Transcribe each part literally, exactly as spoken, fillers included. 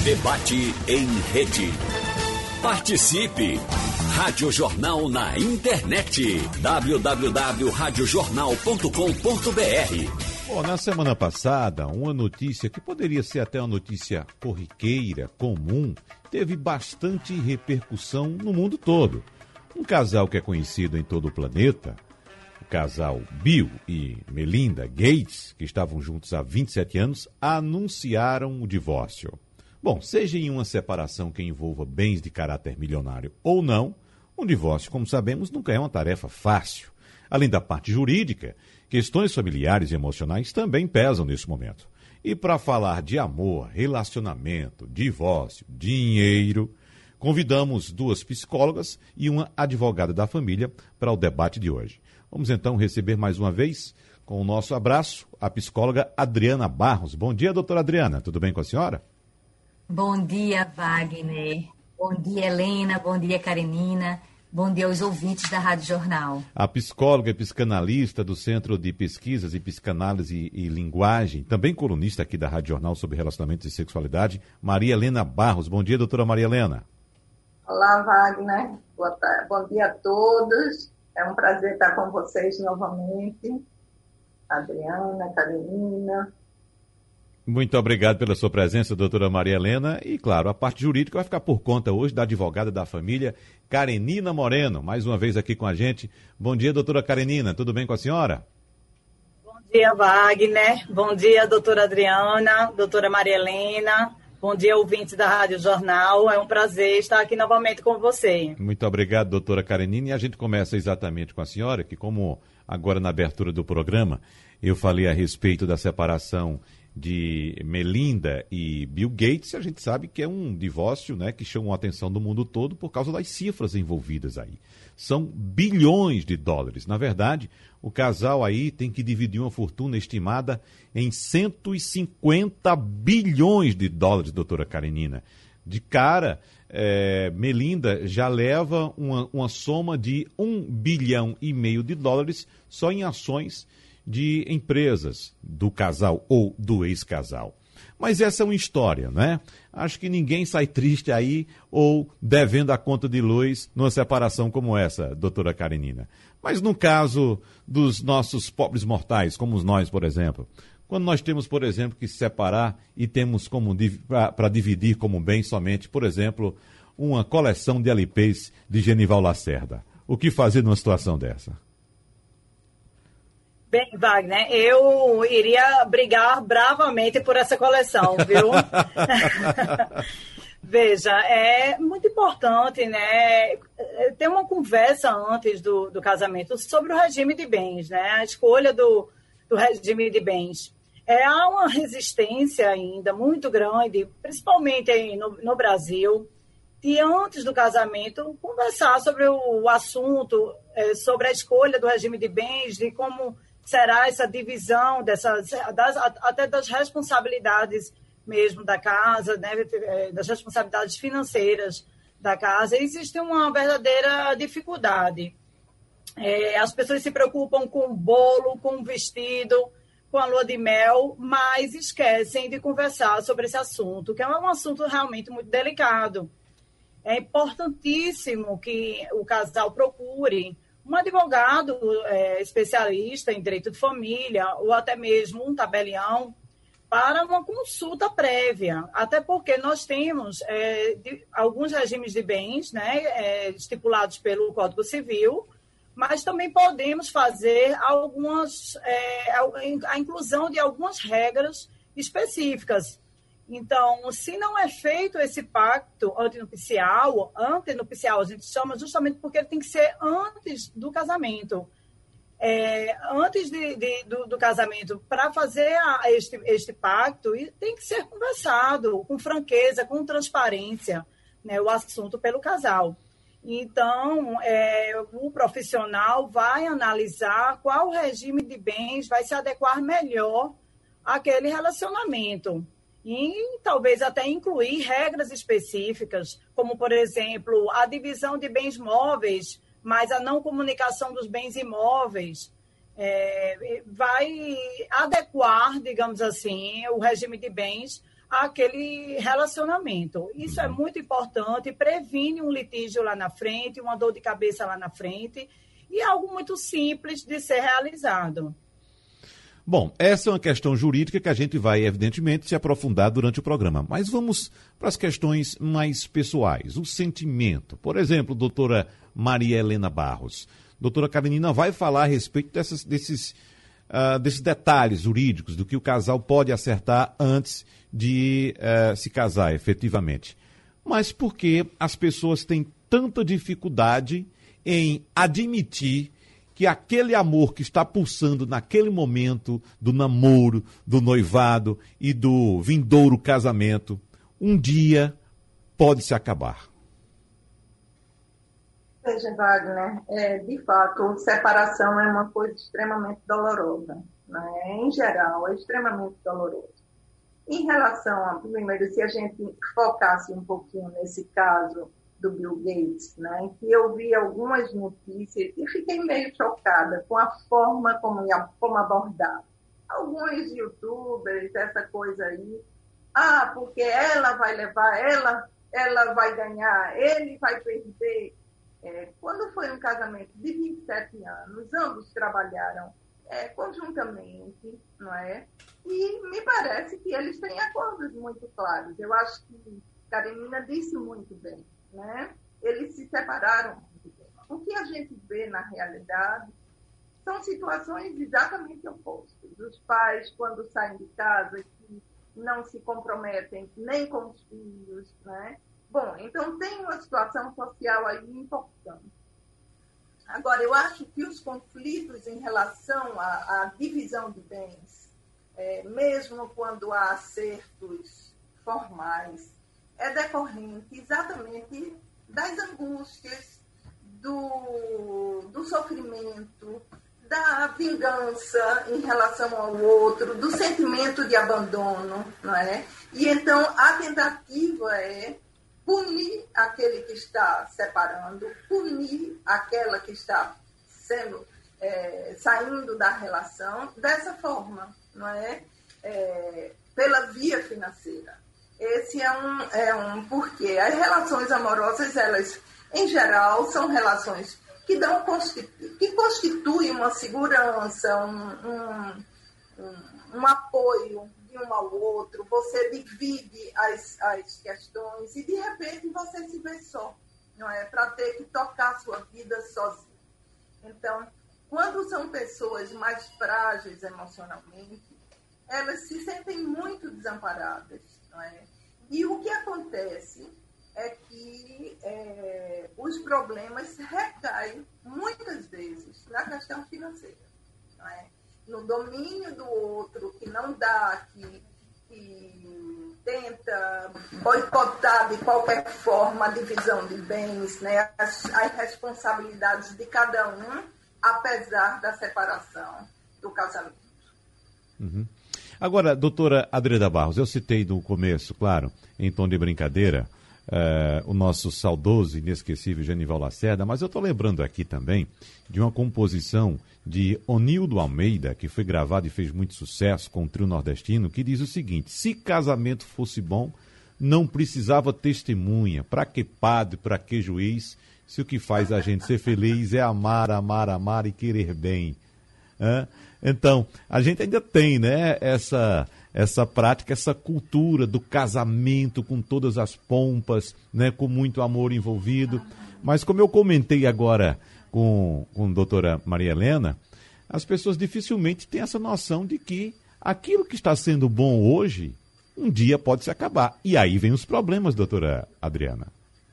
Debate em rede. Participe! Rádio Jornal na internet. w w w ponto rádio jornal ponto com ponto b r. Bom, na semana passada, uma notícia que poderia ser até uma notícia corriqueira, comum, teve bastante repercussão no mundo todo. Um casal que é conhecido em todo o planeta, o casal Bill e Melinda Gates, que estavam juntos há vinte e sete anos, anunciaram o divórcio. Bom, seja em uma separação que envolva bens de caráter milionário ou não, um divórcio, como sabemos, nunca é uma tarefa fácil. Além da parte jurídica, questões familiares e emocionais também pesam nesse momento. E para falar de amor, relacionamento, divórcio, dinheiro, convidamos duas psicólogas e uma advogada da família para o debate de hoje. Vamos então receber mais uma vez, com o nosso abraço, a psicóloga Adriana Barros. Bom dia, doutora Adriana. Tudo bem com a senhora? Bom dia, Wagner. Bom dia, Helena. Bom dia, Karenina. Bom dia aos ouvintes da Rádio Jornal. A psicóloga e psicanalista do Centro de Pesquisas e Psicanálise e Linguagem, também colunista aqui da Rádio Jornal sobre relacionamentos e sexualidade, Maria Helena Barros. Bom dia, doutora Maria Helena. Olá, Wagner. Boa tarde. Bom dia a todos. É um prazer estar com vocês novamente. Adriana, Karenina. Muito obrigado pela sua presença, doutora Maria Helena. E, claro, a parte jurídica vai ficar por conta hoje da advogada da família, Karenina Moreno, mais uma vez aqui com a gente. Bom dia, doutora Karenina. Tudo bem com a senhora? Bom dia, Wagner. Bom dia, doutora Adriana, doutora Maria Helena. Bom dia, ouvintes da Rádio Jornal. É um prazer estar aqui novamente com você. Muito obrigado, doutora Karenina. E a gente começa exatamente com a senhora, que como agora na abertura do programa, eu falei a respeito da separação de Melinda e Bill Gates, a gente sabe que é um divórcio, né, que chamou a atenção do mundo todo por causa das cifras envolvidas aí. São bilhões de dólares. Na verdade, o casal aí tem que dividir uma fortuna estimada em cento e cinquenta bilhões de dólares, doutora Karenina. De cara, é, Melinda já leva uma, uma soma de um bilhão e meio de dólares só em ações de empresas do casal ou do ex-casal. Mas essa é uma história, né? Acho que ninguém sai triste aí ou devendo a conta de luz numa separação como essa, doutora Karenina. Mas no caso dos nossos pobres mortais, como nós, por exemplo, quando nós temos, por exemplo, que se separar e temos como para dividir como bem somente, por exemplo, uma coleção de L Ps de Genival Lacerda. O que fazer numa situação dessa? Bem, Wagner, eu iria brigar bravamente por essa coleção, viu? Veja, é muito importante, né, ter uma conversa antes do, do casamento sobre o regime de bens, né, a escolha do, do regime de bens. É, há uma resistência ainda muito grande, principalmente aí no, no Brasil, de antes do casamento conversar sobre o, o assunto, é, sobre a escolha do regime de bens, de como será essa divisão dessas, das, até das responsabilidades mesmo da casa, né, das responsabilidades financeiras da casa. Existe uma verdadeira dificuldade. É, as pessoas se preocupam com o bolo, com o vestido, com a lua de mel, mas esquecem de conversar sobre esse assunto, que é um assunto realmente muito delicado. É importantíssimo que o casal procure um advogado é, especialista em direito de família ou até mesmo um tabelião para uma consulta prévia, até porque nós temos é, de, alguns regimes de bens, né, é, estipulados pelo Código Civil, mas também podemos fazer algumas, é, a inclusão de algumas regras específicas. Então, se não é feito esse pacto antenupcial, antenupcial a gente chama justamente porque ele tem que ser antes do casamento. É, antes de, de, do, do casamento, para fazer a, este, este pacto, tem que ser conversado com franqueza, com transparência, né, o assunto pelo casal. Então, é, o profissional vai analisar qual regime de bens vai se adequar melhor àquele relacionamento. E talvez até incluir regras específicas, como, por exemplo, a divisão de bens móveis, mas a não comunicação dos bens imóveis. É, vai adequar, digamos assim, o regime de bens àquele relacionamento. Isso é muito importante, previne um litígio lá na frente, uma dor de cabeça lá na frente, e é algo muito simples de ser realizado. Bom, essa é uma questão jurídica que a gente vai, evidentemente, se aprofundar durante o programa. Mas vamos para as questões mais pessoais, o sentimento. Por exemplo, doutora Maria Helena Barros. Doutora Karenina vai falar a respeito dessas, desses, uh, desses detalhes jurídicos, do que o casal pode acertar antes de uh, se casar, efetivamente. Mas por que as pessoas têm tanta dificuldade em admitir que aquele amor que está pulsando naquele momento do namoro, do noivado e do vindouro casamento, um dia pode se acabar? Veja, Wagner, é, de fato, separação é uma coisa extremamente dolorosa, né? Em geral, é extremamente doloroso. Em relação a, primeiro, se a gente focasse um pouquinho nesse caso do Bill Gates, né, que eu vi algumas notícias e fiquei meio chocada com a forma como, como abordar. Alguns youtubers, essa coisa aí, ah, porque ela vai levar, ela, ela vai ganhar, ele vai perder. É, quando foi um casamento de vinte e sete anos, ambos trabalharam é, conjuntamente, não é? E me parece que eles têm acordos muito claros. Eu acho que Karenina disse muito bem. Né? Eles se separaram muito bem. O que a gente vê na realidade são situações exatamente opostas. Os pais, quando saem de casa, que não se comprometem nem com os filhos. Né? Bom, então tem uma situação social aí importante. Agora, eu acho que os conflitos em relação à, à divisão de bens, é, mesmo quando há acertos formais, é decorrente exatamente das angústias, do, do sofrimento, da vingança em relação ao outro, do sentimento de abandono, não é? E então a tentativa é punir aquele que está separando, punir aquela que está sendo, é, saindo da relação dessa forma, não é? É, pela via financeira. Esse é um, é um porquê. As relações amorosas, elas, em geral, são relações que, dão, que constituem uma segurança, um, um, um, um apoio de um ao outro. Você divide as, as questões e, de repente, você se vê só, não é? Para ter que tocar a sua vida sozinho. Então, quando são pessoas mais frágeis emocionalmente, elas se sentem muito desamparadas. É? E o que acontece é que é, os problemas recaem muitas vezes na questão financeira. Não é? No domínio do outro, que não dá, que, que tenta boicotar de qualquer forma a divisão de bens, né? as, as responsabilidades de cada um, apesar da separação do casamento. Uhum. Agora, doutora Adriana Barros, eu citei no começo, claro, em tom de brincadeira, uh, o nosso saudoso e inesquecível Genival Lacerda, mas eu estou lembrando aqui também de uma composição de Onildo Almeida, que foi gravada e fez muito sucesso com o trio nordestino, que diz o seguinte: se casamento fosse bom, não precisava testemunha, para que padre, para que juiz, se o que faz a gente ser feliz é amar, amar, amar e querer bem. Hã? Então, a gente ainda tem, né, essa, essa prática, essa cultura do casamento com todas as pompas, né, com muito amor envolvido. Mas como eu comentei agora com, com a doutora Maria Helena, as pessoas dificilmente têm essa noção de que aquilo que está sendo bom hoje, um dia pode se acabar. E aí vem os problemas, doutora Adriana.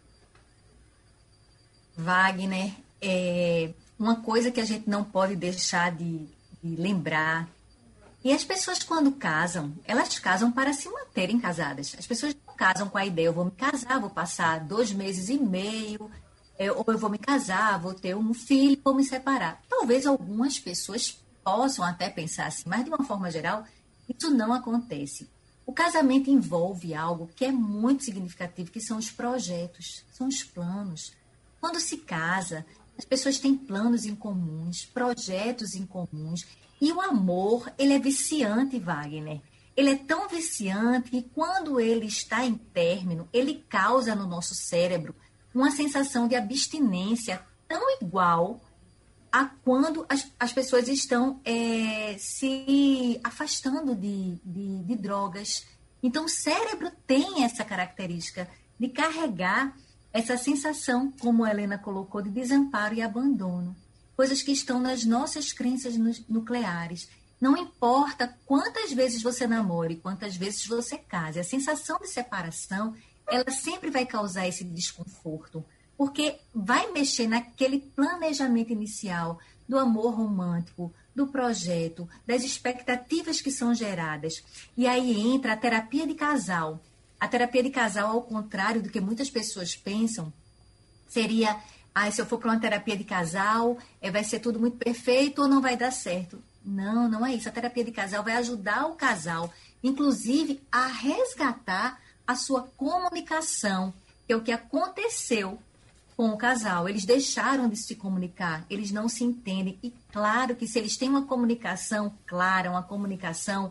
Wagner, é uma coisa que a gente não pode deixar de E lembrar. E as pessoas, quando casam, elas casam para se manterem casadas. As pessoas não casam com a ideia, eu vou me casar, vou passar dois meses e meio, é, ou eu vou me casar, vou ter um filho, vou me separar. Talvez algumas pessoas possam até pensar assim, mas de uma forma geral, isso não acontece. O casamento envolve algo que é muito significativo, que são os projetos, são os planos. Quando se casa, as pessoas têm planos em comuns, projetos em comuns. E o amor, ele é viciante, Wagner. ele é tão viciante que quando ele está em término, ele causa no nosso cérebro uma sensação de abstinência tão igual a quando as, as pessoas estão é, se afastando de, de, de drogas. Então, o cérebro tem essa característica de carregar essa sensação, como a Helena colocou, de desamparo e abandono. Coisas que estão nas nossas crenças nucleares. Não importa quantas vezes você namore, quantas vezes você case, a sensação de separação, ela sempre vai causar esse desconforto, porque vai mexer naquele planejamento inicial do amor romântico, do projeto, das expectativas que são geradas. E aí entra a terapia de casal. A terapia de casal, ao contrário do que muitas pessoas pensam, seria, ah, se eu for para uma terapia de casal, é, vai ser tudo muito perfeito ou não vai dar certo. Não, não é isso. A terapia de casal vai ajudar o casal, inclusive, a resgatar a sua comunicação, que é o que aconteceu com o casal. Eles deixaram de se comunicar, eles não se entendem. E claro que se eles têm uma comunicação clara, uma comunicação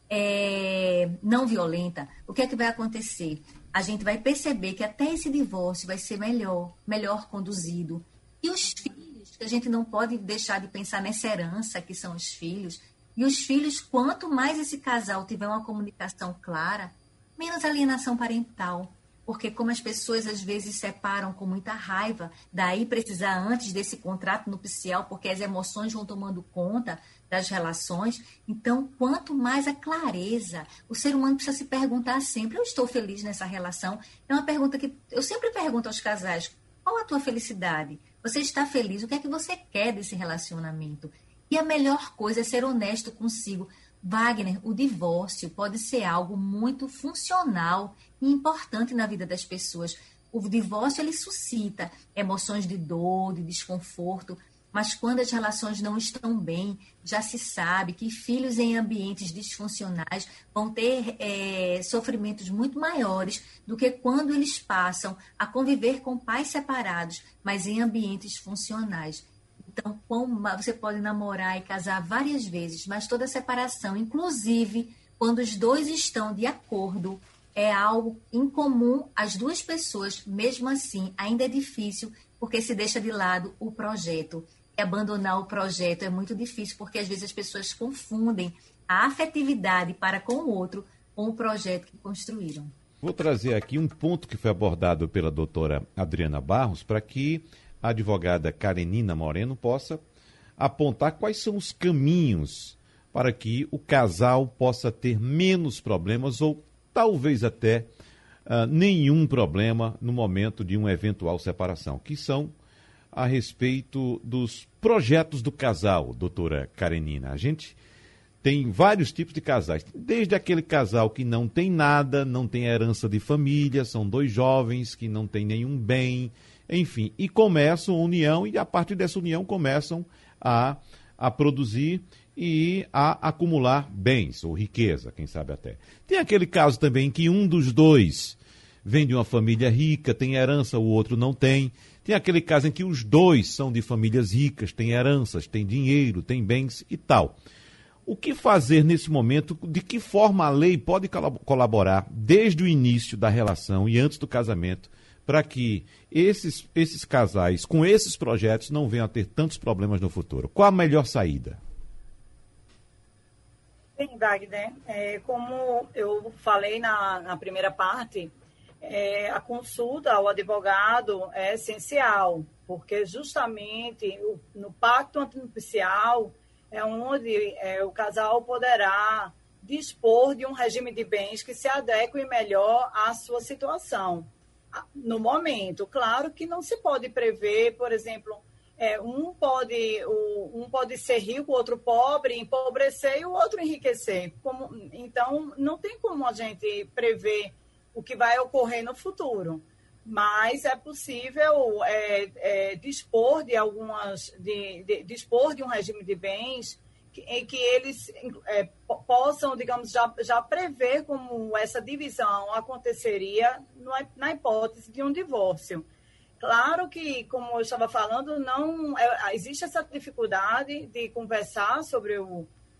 é, não violenta, o que é que vai acontecer? A gente vai perceber que até esse divórcio vai ser melhor, melhor conduzido. E os filhos, que a gente não pode deixar de pensar nessa herança que são os filhos. E os filhos, quanto mais esse casal tiver uma comunicação clara, menos alienação parental. Porque como as pessoas às vezes separam com muita raiva, daí precisar antes desse contrato nupcial, porque as emoções vão tomando conta das relações. Então, quanto mais a clareza, o ser humano precisa se perguntar sempre, eu estou feliz nessa relação? É uma pergunta que eu sempre pergunto aos casais, qual a tua felicidade? Você está feliz? O que é que você quer desse relacionamento? E a melhor coisa é ser honesto consigo. Wagner, o divórcio pode ser algo muito funcional e importante na vida das pessoas. O divórcio, ele suscita emoções de dor, de desconforto, mas quando as relações não estão bem, já se sabe que filhos em ambientes disfuncionais vão ter é, sofrimentos muito maiores do que quando eles passam a conviver com pais separados, mas em ambientes funcionais. Então, você pode namorar e casar várias vezes, mas toda separação, inclusive quando os dois estão de acordo, é algo incomum às duas pessoas. Mesmo assim, ainda é difícil, porque se deixa de lado o projeto. E abandonar o projeto é muito difícil, porque às vezes as pessoas confundem a afetividade para com o outro com o projeto que construíram. Vou trazer aqui um ponto que foi abordado pela doutora Adriana Barros, para que a advogada Karenina Moreno possa apontar quais são os caminhos para que o casal possa ter menos problemas ou talvez até uh, nenhum problema no momento de uma eventual separação, que são a respeito dos projetos do casal, doutora Karenina. A gente tem vários tipos de casais, desde aquele casal que não tem nada, não tem herança de família, são dois jovens que não têm nenhum bem, enfim, e começam a união e a partir dessa união começam a, a produzir e a acumular bens ou riqueza, quem sabe até. Tem aquele caso também que um dos dois vem de uma família rica, tem herança, o outro não tem. Tem aquele caso em que os dois são de famílias ricas, têm heranças, têm dinheiro, têm bens e tal. O que fazer nesse momento? De que forma a lei pode colaborar desde o início da relação e antes do casamento para que esses, esses casais com esses projetos não venham a ter tantos problemas no futuro? Qual a melhor saída? Bem, Wagner, é, como eu falei na, na primeira parte, é, a consulta ao advogado é essencial, porque justamente o, no pacto antinupcial é onde é, o casal poderá dispor de um regime de bens que se adeque melhor à sua situação. No momento, claro que não se pode prever, por exemplo, é, um, pode, o, um pode ser rico, o outro pobre, empobrecer e o outro enriquecer. Como, então, não tem como a gente prever o que vai ocorrer no futuro. Mas é possível é, é, dispor de algumas, de, de, dispor de um regime de bens que, em que eles é, possam, digamos, já, já prever como essa divisão aconteceria na hipótese de um divórcio. Claro que, como eu estava falando, não é, existe essa dificuldade de conversar sobre o,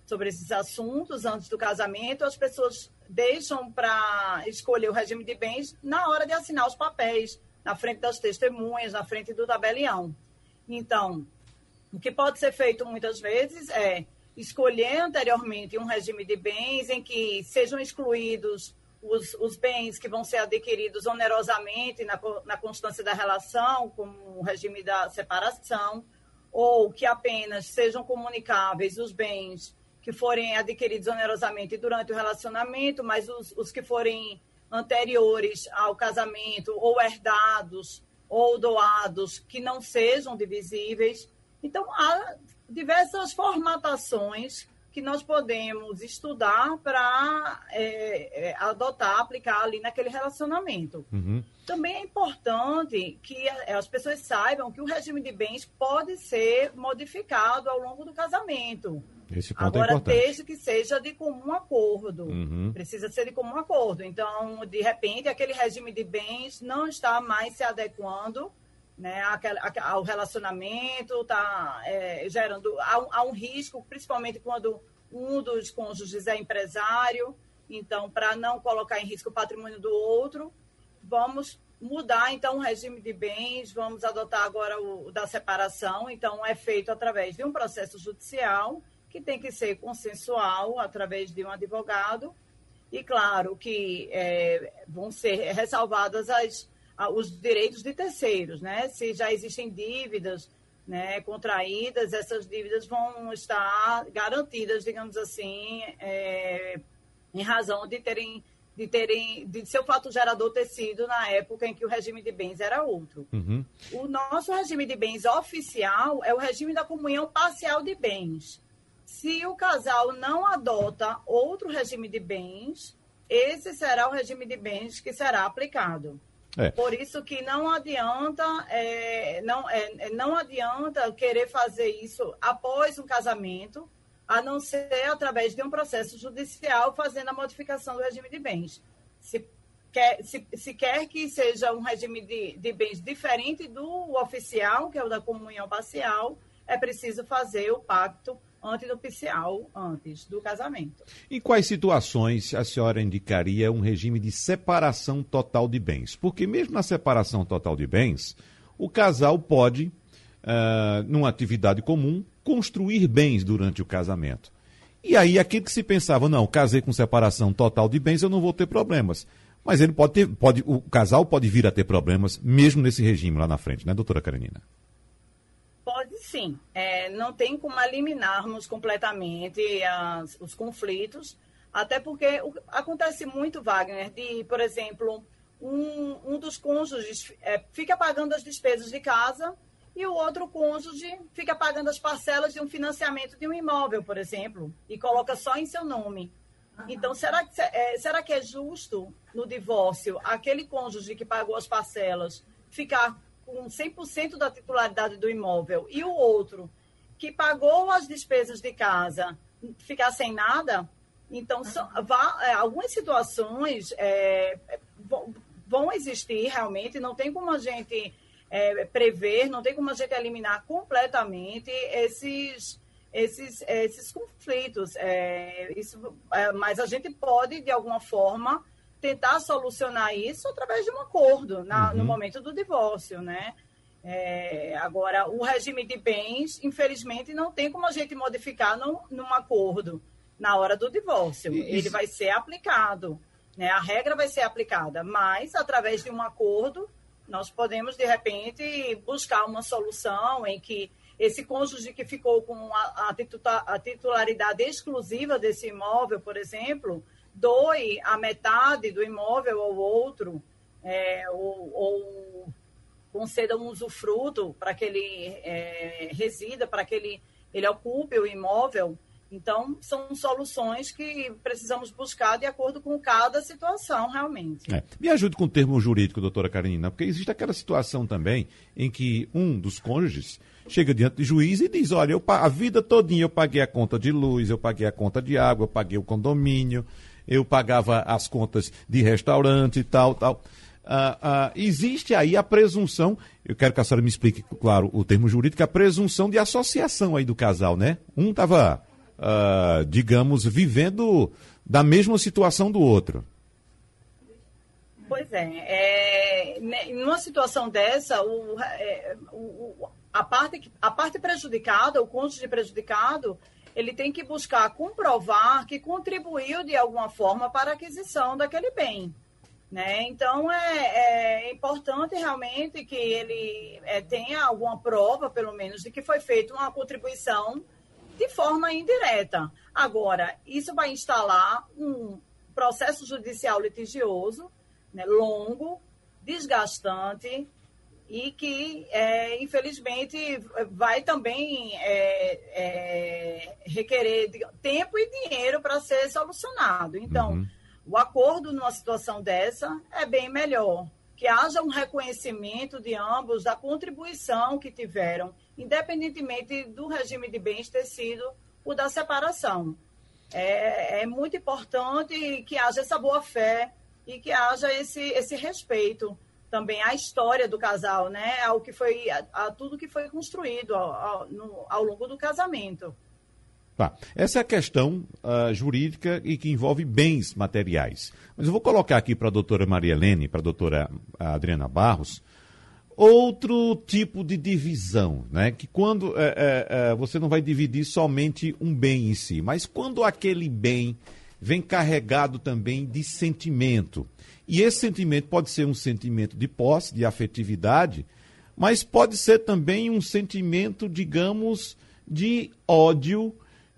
sobre esses assuntos antes do casamento, as pessoas deixam para escolher o regime de bens na hora de assinar os papéis, na frente das testemunhas, na frente do tabelião. Então, o que pode ser feito muitas vezes é escolher anteriormente um regime de bens em que sejam excluídos os, os bens que vão ser adquiridos onerosamente na, na constância da relação, como o regime da separação, ou que apenas sejam comunicáveis os bens que forem adquiridos onerosamente durante o relacionamento, mas os, os que forem anteriores ao casamento, ou herdados, ou doados, que não sejam divisíveis. Então, há diversas formatações que nós podemos estudar para é, é, adotar, aplicar ali naquele relacionamento. Uhum. Também é importante que as pessoas saibam que o regime de bens pode ser modificado ao longo do casamento. Esse ponto Agora, é importante. desde que seja de comum acordo. Uhum. Precisa ser de comum acordo. Então, de repente, aquele regime de bens não está mais se adequando, né, ao relacionamento, está é, gerando... Há um, há um risco, principalmente quando um dos cônjuges é empresário. Então, para não colocar em risco o patrimônio do outro, vamos mudar, então, o regime de bens, vamos adotar agora o, o da separação. Então, é feito através de um processo judicial, que tem que ser consensual, através de um advogado. E, claro, que é, vão ser ressalvadas as... os direitos de terceiros, né? Se já existem dívidas, né, contraídas, essas dívidas vão estar garantidas, digamos assim, é, em razão de terem, de terem, de seu fato gerador ter sido na época em que o regime de bens era outro. Uhum. O nosso regime de bens oficial é o regime da comunhão parcial de bens. Se o casal não adota outro regime de bens, esse será o regime de bens que será aplicado. É. Por isso que não adianta, é, não, é, não adianta querer fazer isso após um casamento, a não ser através de um processo judicial fazendo a modificação do regime de bens. Se quer, se, se quer que seja um regime de, de bens diferente do oficial, que é o da comunhão parcial, é preciso fazer o pacto antinupcial antes do casamento. Em quais situações a senhora indicaria um regime de separação total de bens? Porque mesmo na separação total de bens, o casal pode, uh, numa atividade comum, construir bens durante o casamento. E aí aquele que se pensava, não, casei com separação total de bens, eu não vou ter problemas. Mas ele pode ter, pode, o casal pode vir a ter problemas mesmo nesse regime lá na frente, né, doutora Karenina? Pode sim. É, não tem como eliminarmos completamente as, os conflitos, até porque o, acontece muito, Wagner, de, por exemplo, um, um dos cônjuges é, fica pagando as despesas de casa e o outro cônjuge fica pagando as parcelas de um financiamento de um imóvel, por exemplo, e coloca só em seu nome. Então, será que é, será que é justo, no divórcio, aquele cônjuge que pagou as parcelas ficar com cem por cento da titularidade do imóvel e o outro que pagou as despesas de casa ficar sem nada? Então, são, vá, é, algumas situações é, vão, vão existir realmente, não tem como a gente é, prever, não tem como a gente eliminar completamente esses, esses, esses conflitos. É, isso, é, mas a gente pode, de alguma forma, tentar solucionar isso através de um acordo na, uhum. no momento do divórcio, né? É, agora, o regime de bens, infelizmente, não tem como a gente modificar num, num acordo na hora do divórcio. Isso. Ele vai ser aplicado, né? A regra vai ser aplicada, mas, através de um acordo, nós podemos, de repente, buscar uma solução em que esse cônjuge que ficou com a, a titularidade exclusiva desse imóvel, por exemplo, doe a metade do imóvel ao outro, é, ou, ou conceda um usufruto para que ele é, resida, para que ele, ele ocupe o imóvel. Então, são soluções que precisamos buscar de acordo com cada situação, realmente. É. Me ajude com o termo jurídico, doutora Karenina, porque existe aquela situação também em que um dos cônjuges chega diante do juiz e diz, olha, eu, a vida todinha eu paguei a conta de luz, eu paguei a conta de água, eu paguei o condomínio, eu pagava as contas de restaurante e tal, tal. Ah, ah, existe aí a presunção, eu quero que a senhora me explique, claro, o termo jurídico, a presunção de associação aí do casal, né? Um estava uh, digamos, vivendo da mesma situação do outro. Pois é, é numa situação dessa, o, é, o, a, parte, a parte prejudicada, o cônjuge prejudicado, ele tem que buscar comprovar que contribuiu de alguma forma para a aquisição daquele bem. Né? Então, é, é importante realmente que ele é, tenha alguma prova, pelo menos, de que foi feita uma contribuição de forma indireta. Agora, isso vai instalar um processo judicial litigioso, né, longo, desgastante e que, é, infelizmente, vai também é, é, requerer tempo e dinheiro para ser solucionado. Então, uhum. o acordo numa situação dessa é bem melhor, que haja um reconhecimento de ambos da contribuição que tiveram, independentemente do regime de bens ter sido o da separação. É, é muito importante que haja essa boa-fé e que haja esse, esse respeito também à história do casal, né? Ao que foi, a, a tudo que foi construído ao, ao, no, ao longo do casamento. Tá. Essa é a questão uh, jurídica e que envolve bens materiais. Mas eu vou colocar aqui para a doutora Maria Helene, para a doutora Adriana Barros, outro tipo de divisão, né? Que quando é, é, é, você não vai dividir somente um bem em si, mas quando aquele bem vem carregado também de sentimento. E esse sentimento pode ser um sentimento de posse, de afetividade, mas pode ser também um sentimento, digamos, de ódio,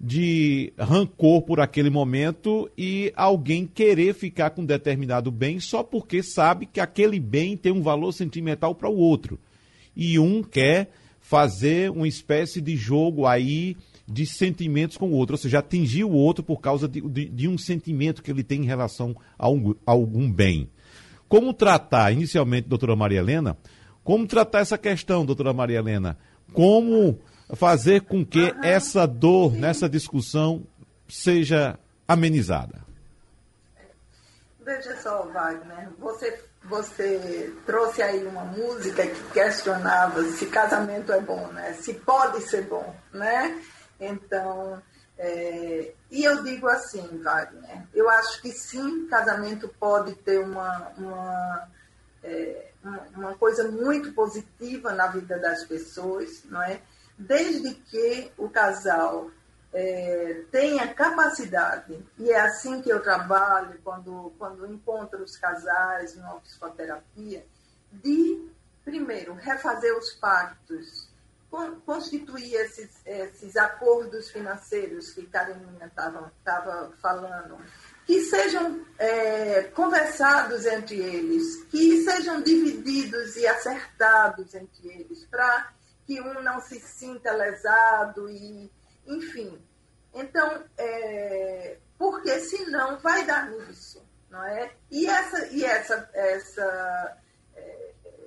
de rancor por aquele momento e alguém querer ficar com determinado bem só porque sabe que aquele bem tem um valor sentimental para o outro. E um quer fazer uma espécie de jogo aí de sentimentos com o outro, ou seja, atingir o outro por causa de, de, de um sentimento que ele tem em relação a, um, a algum bem. Como tratar, inicialmente, doutora Maria Helena, como tratar essa questão, doutora Maria Helena? Como fazer com que uhum. essa dor, nessa discussão, seja amenizada? Veja só, Wagner, você, você trouxe aí uma música que questionava se casamento é bom, né? Se pode ser bom, né? Então, é, e eu digo assim, Wagner, eu acho que sim, casamento pode ter uma, uma, é, uma coisa muito positiva na vida das pessoas, não é? Desde que o casal é, tenha capacidade, e é assim que eu trabalho quando, quando encontro os casais numa psicoterapia, de, primeiro, refazer os pactos, constituir esses, esses acordos financeiros que Carolina estava falando, que sejam é, conversados entre eles, que sejam divididos e acertados entre eles, para que um não se sinta lesado, e, enfim. Então, é, porque senão vai dar nisso, não é? E essa, e essa, essa é,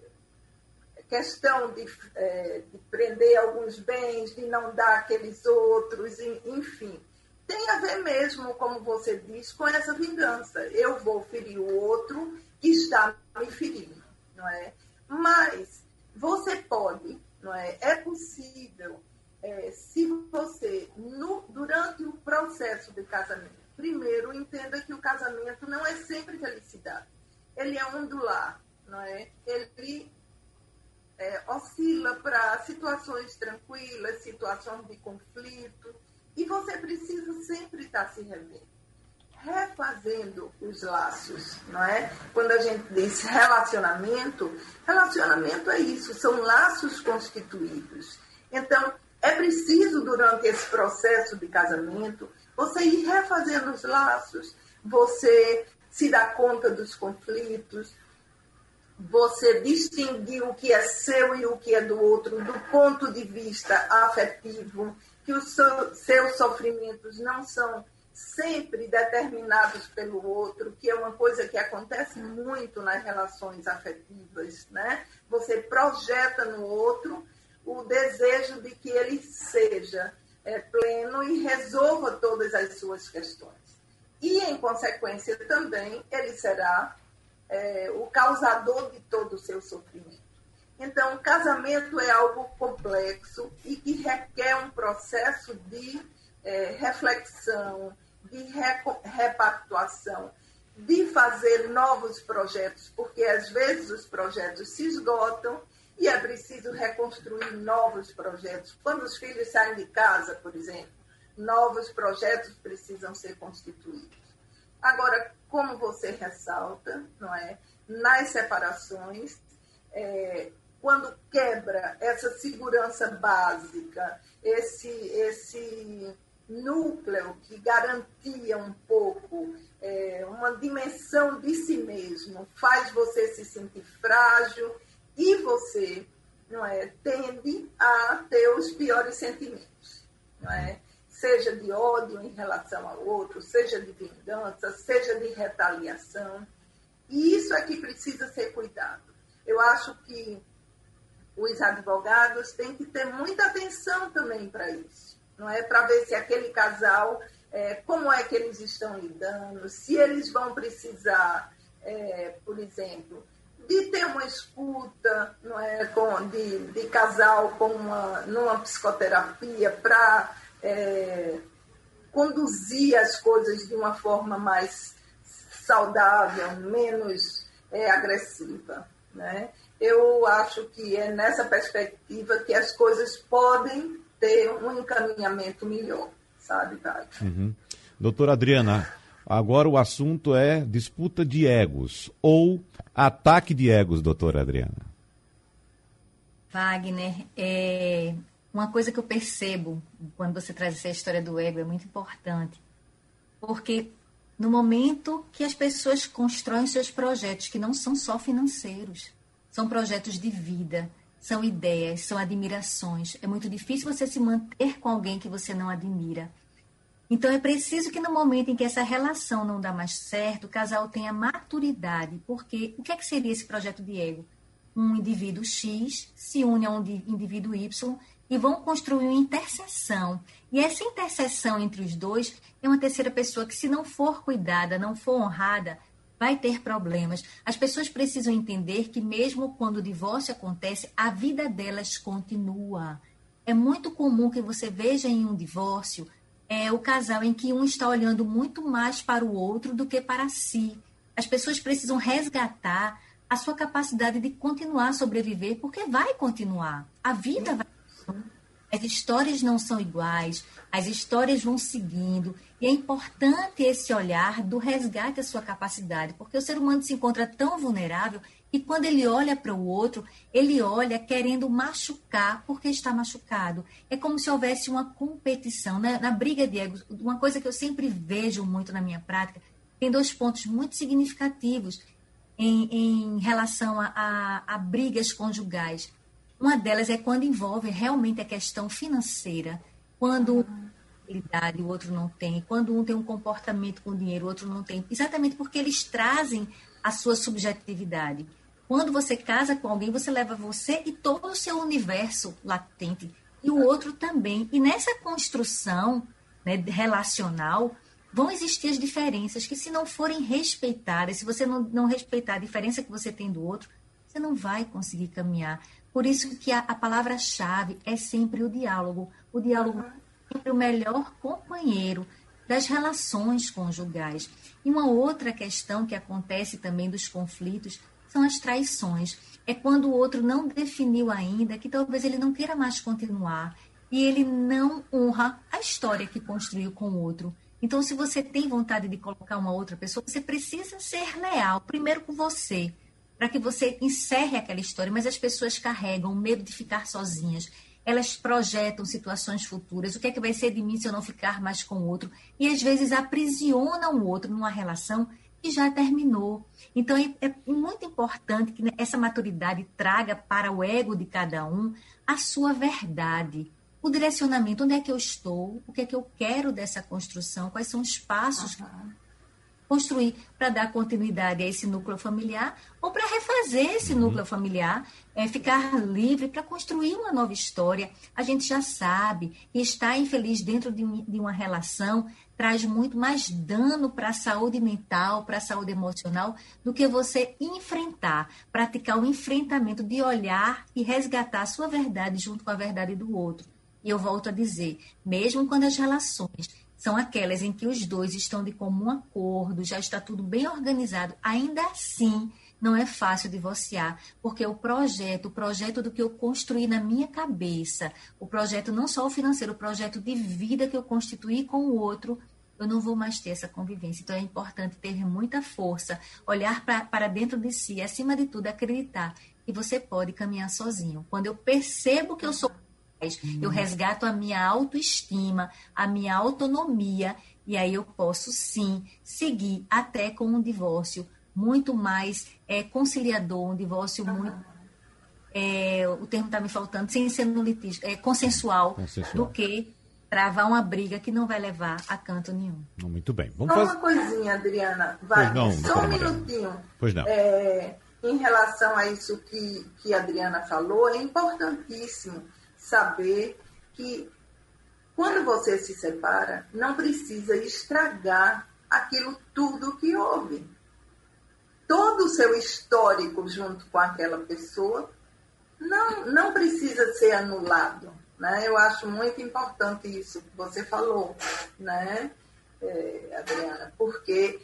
questão de, é, de prender alguns bens, de não dar aqueles outros, enfim, tem a ver mesmo, como você diz, com essa vingança. Eu vou ferir o outro que está me ferindo, não é? Mas você pode, não é? É possível, é, se você, no, durante o processo de casamento, primeiro entenda que o casamento não é sempre felicidade. Ele é ondular, não é? Ele é, oscila para situações tranquilas, situações de conflito, e você precisa sempre estar se revendo, refazendo os laços, não é? Quando a gente diz relacionamento, relacionamento é isso, são laços constituídos. Então, é preciso, durante esse processo de casamento, você ir refazendo os laços, você se dar conta dos conflitos, você distinguir o que é seu e o que é do outro, do ponto de vista afetivo, que os seus sofrimentos não são sempre determinados pelo outro, que é uma coisa que acontece muito nas relações afetivas, né? Você projeta no outro o desejo de que ele seja é, pleno e resolva todas as suas questões. E, em consequência, também, ele será é, o causador de todo o seu sofrimento. Então, o casamento é algo complexo e que requer um processo de é, reflexão, de reco- repactuação, de fazer novos projetos, porque às vezes os projetos se esgotam e é preciso reconstruir novos projetos. Quando os filhos saem de casa, por exemplo, novos projetos precisam ser constituídos. Agora, como você ressalta, não é? Nas separações, é, quando quebra essa segurança básica, esse, esse núcleo que garantia um pouco é, uma dimensão de si mesmo, faz você se sentir frágil e você, não é, tende a ter os piores sentimentos, não é? Seja de ódio em relação ao outro, seja de vingança, seja de retaliação. E isso é que precisa ser cuidado. Eu acho que os advogados têm que ter muita atenção também para isso, não é? Para ver se aquele casal, é, como é que eles estão lidando, se eles vão precisar, é, por exemplo, de ter uma escuta, não é, com, de, de casal com uma, numa psicoterapia para é, conduzir as coisas de uma forma mais saudável, menos é, agressiva, né? Eu acho que é nessa perspectiva que as coisas podem ter um encaminhamento melhor, sabe, Tati? Uhum. Doutora Adriana, agora o assunto é disputa de egos ou ataque de egos, doutora Adriana. Wagner, é, uma coisa que eu percebo quando você traz essa história do ego é muito importante, porque no momento que as pessoas constroem seus projetos, que não são só financeiros, são projetos de vida, são ideias, são admirações. É muito difícil você se manter com alguém que você não admira. Então, é preciso que no momento em que essa relação não dá mais certo, o casal tenha maturidade. Porque o que é que seria esse projeto de ego? Um indivíduo X se une a um indivíduo Y e vão construir uma interseção. E essa interseção entre os dois é uma terceira pessoa que, se não for cuidada, não for honrada, vai ter problemas. As pessoas precisam entender que mesmo quando o divórcio acontece, a vida delas continua. É muito comum que você veja em um divórcio é, o casal em que um está olhando muito mais para o outro do que para si. As pessoas precisam resgatar a sua capacidade de continuar a sobreviver, porque vai continuar. A vida vai continuar. As histórias não são iguais, as histórias vão seguindo, e é importante esse olhar do resgate da sua capacidade, porque o ser humano se encontra tão vulnerável que quando ele olha para o outro, ele olha querendo machucar porque está machucado. É como se houvesse uma competição, né? Na briga de egos. Uma coisa que eu sempre vejo muito na minha prática, tem dois pontos muito significativos em, em relação a, a, a brigas conjugais. Uma delas é quando envolve realmente a questão financeira. Quando um tem habilidade, o outro não tem. Quando um tem um comportamento com dinheiro, o outro não tem. Exatamente porque eles trazem a sua subjetividade. Quando você casa com alguém, você leva você e todo o seu universo latente. E o outro também. E nessa construção, né, relacional, vão existir as diferenças que, se não forem respeitadas, se você não, não respeitar a diferença que você tem do outro, você não vai conseguir caminhar. Por isso que a, a palavra-chave é sempre o diálogo. O diálogo é sempre o melhor companheiro das relações conjugais. E uma outra questão que acontece também dos conflitos são as traições. É quando o outro não definiu ainda que talvez ele não queira mais continuar e ele não honra a história que construiu com o outro. Então, se você tem vontade de colocar uma outra pessoa, você precisa ser leal, primeiro com você, para que você encerre aquela história, mas as pessoas carregam o medo de ficar sozinhas. Elas projetam situações futuras. O que é que vai ser de mim se eu não ficar mais com o outro? E, às vezes, aprisionam o outro numa relação que já terminou. Então, é, é muito importante que essa maturidade traga para o ego de cada um a sua verdade. O direcionamento, onde é que eu estou? O que é que eu quero dessa construção? Quais são os passos Uhum. que construir para dar continuidade a esse núcleo familiar ou para refazer esse Uhum. núcleo familiar, é, ficar livre para construir uma nova história. A gente já sabe que estar infeliz dentro de, um, de uma relação traz muito mais dano para a saúde mental, para a saúde emocional, do que você enfrentar, praticar o enfrentamento de olhar e resgatar a sua verdade junto com a verdade do outro. E eu volto a dizer, mesmo quando as relações são aquelas em que os dois estão de comum acordo, já está tudo bem organizado, ainda assim não é fácil divorciar, porque o projeto, o projeto do que eu construí na minha cabeça, o projeto não só o financeiro, o projeto de vida que eu constituí com o outro, eu não vou mais ter essa convivência. Então é importante ter muita força, olhar pra, para dentro de si, acima de tudo, acreditar que você pode caminhar sozinho. Quando eu percebo que eu sou capaz, eu resgato a minha autoestima, a minha autonomia, e aí eu posso sim seguir até com um divórcio muito mais é, conciliador, um divórcio muito, é, o termo está me faltando, sem ser no litígio, é, consensual, consensual, do que travar uma briga que não vai levar a canto nenhum. Muito bem. Vamos Só fazer... uma coisinha, Adriana, vai, não, só um minutinho. Pois não. É, em relação a isso que, que a Adriana falou, é importantíssimo saber que quando você se separa, não precisa estragar aquilo tudo que houve. Todo o seu histórico junto com aquela pessoa não, não precisa ser anulado, né? Eu acho muito importante isso que você falou, né, é, Adriana, porque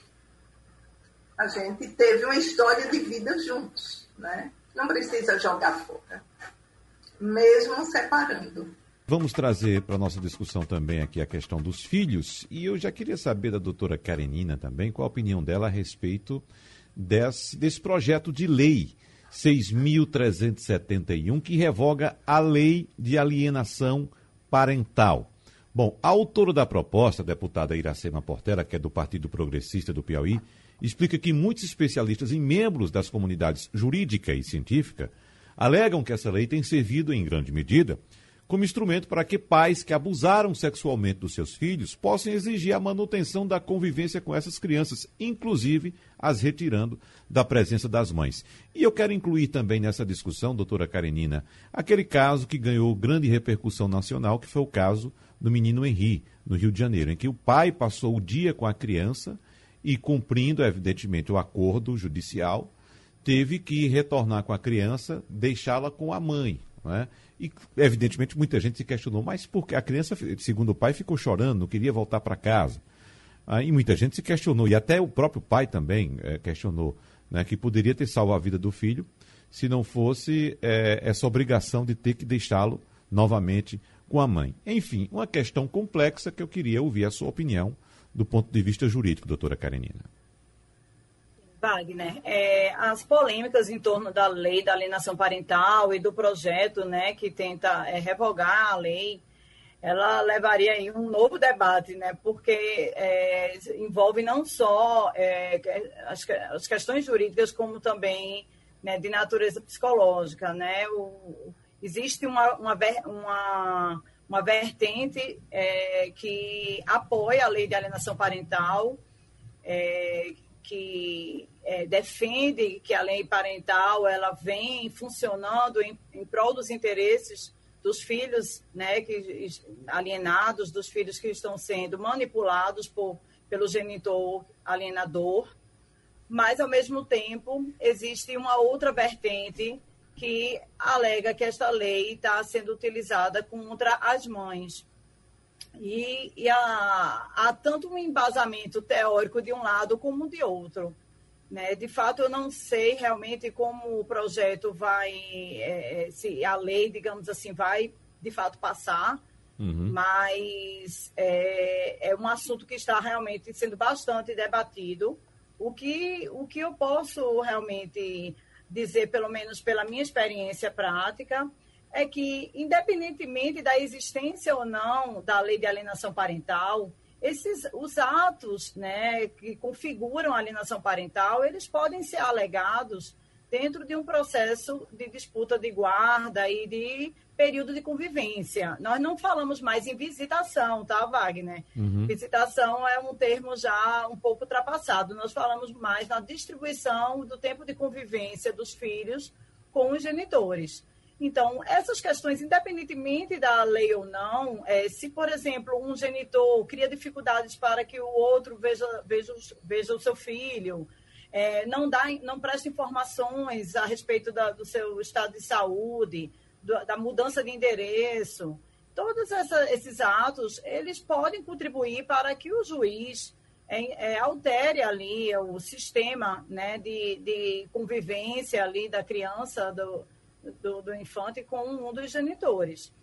a gente teve uma história de vida juntos, né? Não precisa jogar fora, mesmo separando. Vamos trazer para a nossa discussão também aqui a questão dos filhos, e eu já queria saber da doutora Karenina também qual a opinião dela a respeito Desse, desse projeto de lei seis mil trezentos e setenta e um, que revoga a lei de alienação parental. Bom, a autora da proposta, a deputada Iracema Portela, que é do Partido Progressista do Piauí, explica que muitos especialistas e membros das comunidades jurídica e científica alegam que essa lei tem servido, em grande medida, como instrumento para que pais que abusaram sexualmente dos seus filhos possam exigir a manutenção da convivência com essas crianças, inclusive as retirando da presença das mães. E eu quero incluir também nessa discussão, doutora Karenina, aquele caso que ganhou grande repercussão nacional, que foi o caso do menino Henri, no Rio de Janeiro, em que o pai passou o dia com a criança e, cumprindo, evidentemente, o acordo judicial, teve que retornar com a criança, deixá-la com a mãe, não é? E, evidentemente, muita gente se questionou, mas porque a criança, segundo o pai, ficou chorando, não queria voltar para casa. Aí muita gente se questionou, e até o próprio pai também é, questionou, né, que poderia ter salvo a vida do filho se não fosse é, essa obrigação de ter que deixá-lo novamente com a mãe. Enfim, uma questão complexa que eu queria ouvir a sua opinião do ponto de vista jurídico, doutora Karenina. Wagner, é, as polêmicas em torno da lei da alienação parental e do projeto, né, que tenta é, revogar a lei, ela levaria aí um novo debate, né, porque é, envolve não só é, as, as questões jurídicas, como também, né, de natureza psicológica, né. O, existe uma, uma, uma, uma vertente é, que apoia a lei de alienação parental, é, que é, defende que a lei parental ela vem funcionando em, em prol dos interesses dos filhos, né, que, alienados, dos filhos que estão sendo manipulados por, pelo genitor alienador, mas, ao mesmo tempo, existe uma outra vertente que alega que esta lei está sendo utilizada contra as mães. E, e há, há tanto um embasamento teórico de um lado como de outro, né? De fato, eu não sei realmente como o projeto vai, é, se a lei, digamos assim, vai de fato passar, uhum. mas é, é um assunto que está realmente sendo bastante debatido. O que, o que eu posso realmente dizer, pelo menos pela minha experiência prática, é que, independentemente da existência ou não da lei de alienação parental, esses, os atos, né, que configuram a alienação parental, eles podem ser alegados dentro de um processo de disputa de guarda e de período de convivência. Nós não falamos mais em visitação, tá, Wagner? Uhum. Visitação é um termo já um pouco ultrapassado. Nós falamos mais na distribuição do tempo de convivência dos filhos com os genitores. Então, essas questões, independentemente da lei ou não, é, se, por exemplo, um genitor cria dificuldades para que o outro veja, veja, veja o seu filho, é, não, dá, não presta informações a respeito da, do seu estado de saúde, do, da mudança de endereço, todos essa, esses atos, eles podem contribuir para que o juiz é, é, altere ali o sistema, né, de, de convivência ali da criança, do, do, do infante com um dos genitores.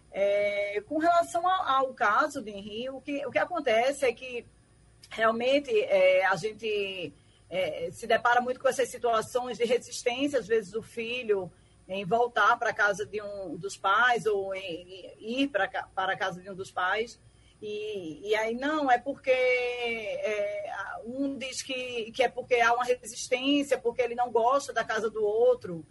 É, com relação ao, ao caso de Henri, o que, o que acontece é que realmente é, a gente é, se depara muito com essas situações de resistência, às vezes, do filho em voltar para a casa de um dos pais ou em ir para, para a casa de um dos pais. E, e aí, não, é porque é, um diz que, que é porque há uma resistência, porque ele não gosta da casa do outro.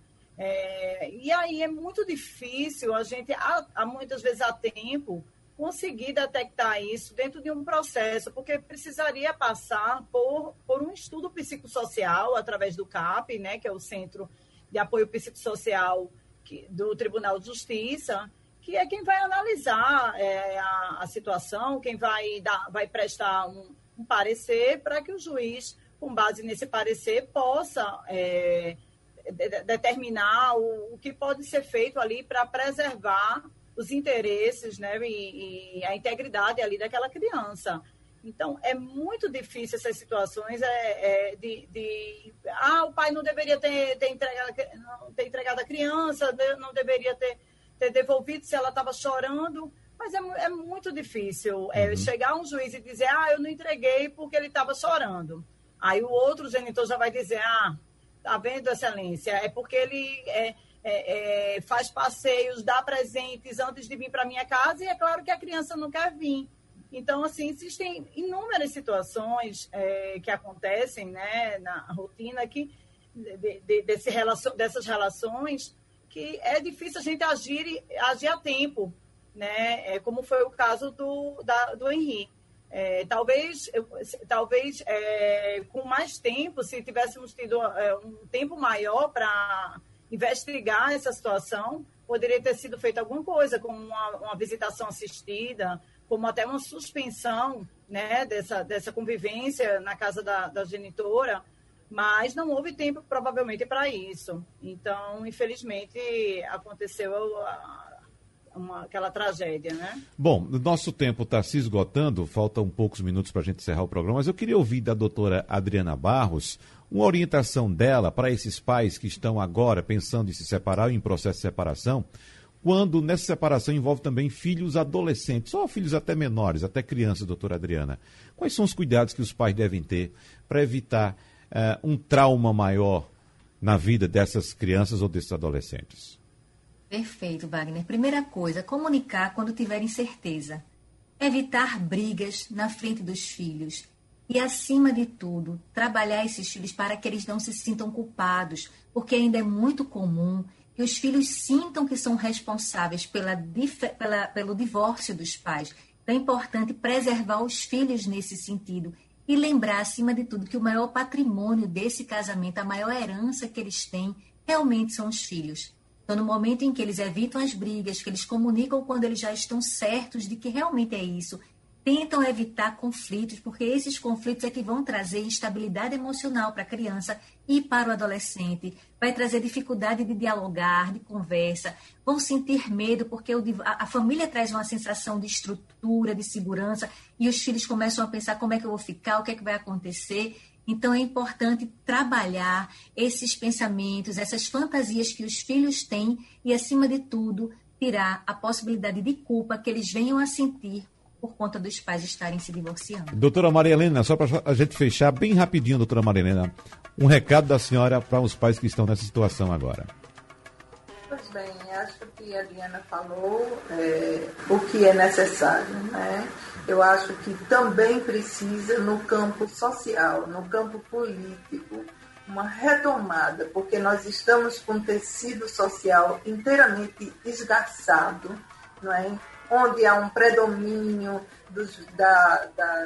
É, e aí é muito difícil a gente, há, há muitas vezes há tempo, conseguir detectar isso dentro de um processo, porque precisaria passar por, por um estudo psicossocial através do C A P, né, que é o Centro de Apoio Psicossocial que, do Tribunal de Justiça, que é quem vai analisar é, a, a situação, quem vai, dar, vai prestar um, um parecer para que o juiz, com base nesse parecer, possa é, de, determinar o, o que pode ser feito ali para preservar os interesses, né, e, e a integridade ali daquela criança. Então, é muito difícil essas situações é, é, de, de... Ah, o pai não deveria ter, ter, entregado, não, ter entregado a criança, não deveria ter, ter devolvido se ela estava chorando, mas é, é muito difícil é, uhum. chegar um juiz e dizer, ah, eu não entreguei porque ele estava chorando. Aí o outro genitor já vai dizer, ah, tá vendo, excelência, é porque ele... É, É, é, faz passeios, dá presentes antes de vir para minha casa, e é claro que a criança não quer vir. Então, assim, existem inúmeras situações é, que acontecem, né, na rotina que, de, de, desse relacion, dessas relações, que é difícil a gente agir, agir a tempo, né, é, como foi o caso do, da, do Henri. É, talvez talvez é, com mais tempo, se tivéssemos tido é, um tempo maior para investigar essa situação, poderia ter sido feita alguma coisa, como uma, uma visitação assistida, como até uma suspensão, né, dessa, dessa convivência na casa da, da genitora, mas não houve tempo, provavelmente, para isso. Então, infelizmente, aconteceu a, uma, aquela tragédia, né? Bom, o nosso tempo está se esgotando, faltam poucos minutos para a gente encerrar o programa, mas eu queria ouvir da doutora Adriana Barros uma orientação dela para esses pais que estão agora pensando em se separar ou em processo de separação, quando nessa separação envolve também filhos adolescentes, ou filhos até menores, até crianças, doutora Adriana. Quais são os cuidados que os pais devem ter para evitar uh, um trauma maior na vida dessas crianças ou desses adolescentes? Perfeito, Wagner. Primeira coisa, comunicar quando tiverem certeza. Evitar brigas na frente dos filhos. E, acima de tudo, trabalhar esses filhos para que eles não se sintam culpados, porque ainda é muito comum que os filhos sintam que são responsáveis pela, pela, pelo divórcio dos pais. Então, é importante preservar os filhos nesse sentido e lembrar, acima de tudo, que o maior patrimônio desse casamento, a maior herança que eles têm, realmente são os filhos. Então, no momento em que eles evitam as brigas, que eles comunicam quando eles já estão certos de que realmente é isso, tentam evitar conflitos, porque esses conflitos é que vão trazer instabilidade emocional para a criança e para o adolescente. Vai trazer dificuldade de dialogar, de conversa. Vão sentir medo, porque o, a, a família traz uma sensação de estrutura, de segurança, e os filhos começam a pensar como é que eu vou ficar, o que é que vai acontecer. Então, é importante trabalhar esses pensamentos, essas fantasias que os filhos têm e, acima de tudo, tirar a possibilidade de culpa que eles venham a sentir por conta dos pais estarem se divorciando. Doutora Maria Helena, só para a gente fechar bem rapidinho, doutora Maria Helena, um recado da senhora para os pais que estão nessa situação agora. Pois bem, acho que a Diana falou é, o que é necessário, né? Eu acho que também precisa, no campo social, no campo político, uma retomada, porque nós estamos com um tecido social inteiramente esgarçado, não é? Onde há um predomínio dos, da, da,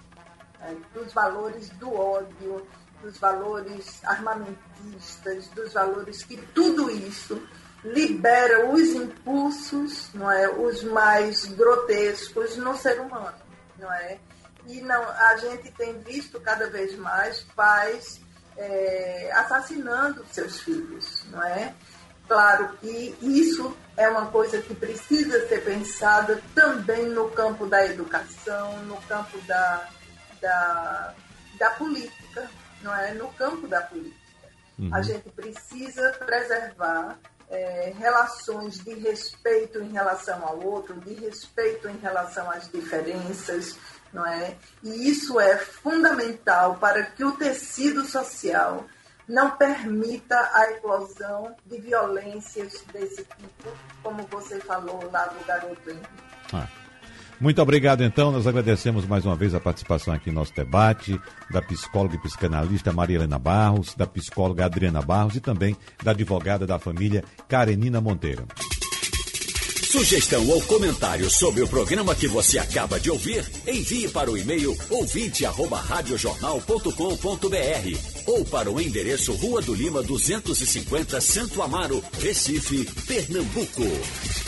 dos valores do ódio, dos valores armamentistas, dos valores que tudo isso libera os impulsos, não é, os mais grotescos no ser humano, não é? E não, a gente tem visto cada vez mais pais é, assassinando seus filhos, não é? Claro que isso é uma coisa que precisa ser pensada também no campo da educação, no campo da, da, da política, não é? No campo da política. Uhum. A gente precisa preservar é, relações de respeito em relação ao outro, de respeito em relação às diferenças, não é? E isso é fundamental para que o tecido social não permita a eclosão de violências desse tipo, como você falou lá do garoto Henrique. Ah. Muito obrigado, então. Nós agradecemos mais uma vez a participação aqui no nosso debate, da psicóloga e psicanalista Maria Helena Barros, da psicóloga Adriana Barros e também da advogada da família Karenina Monteiro. Sugestão ou comentário sobre o programa que você acaba de ouvir, envie para o e-mail ouvinte arroba radiojornal ponto com ponto br ou para o endereço Rua do Lima duzentos e cinquenta, Santo Amaro, Recife, Pernambuco.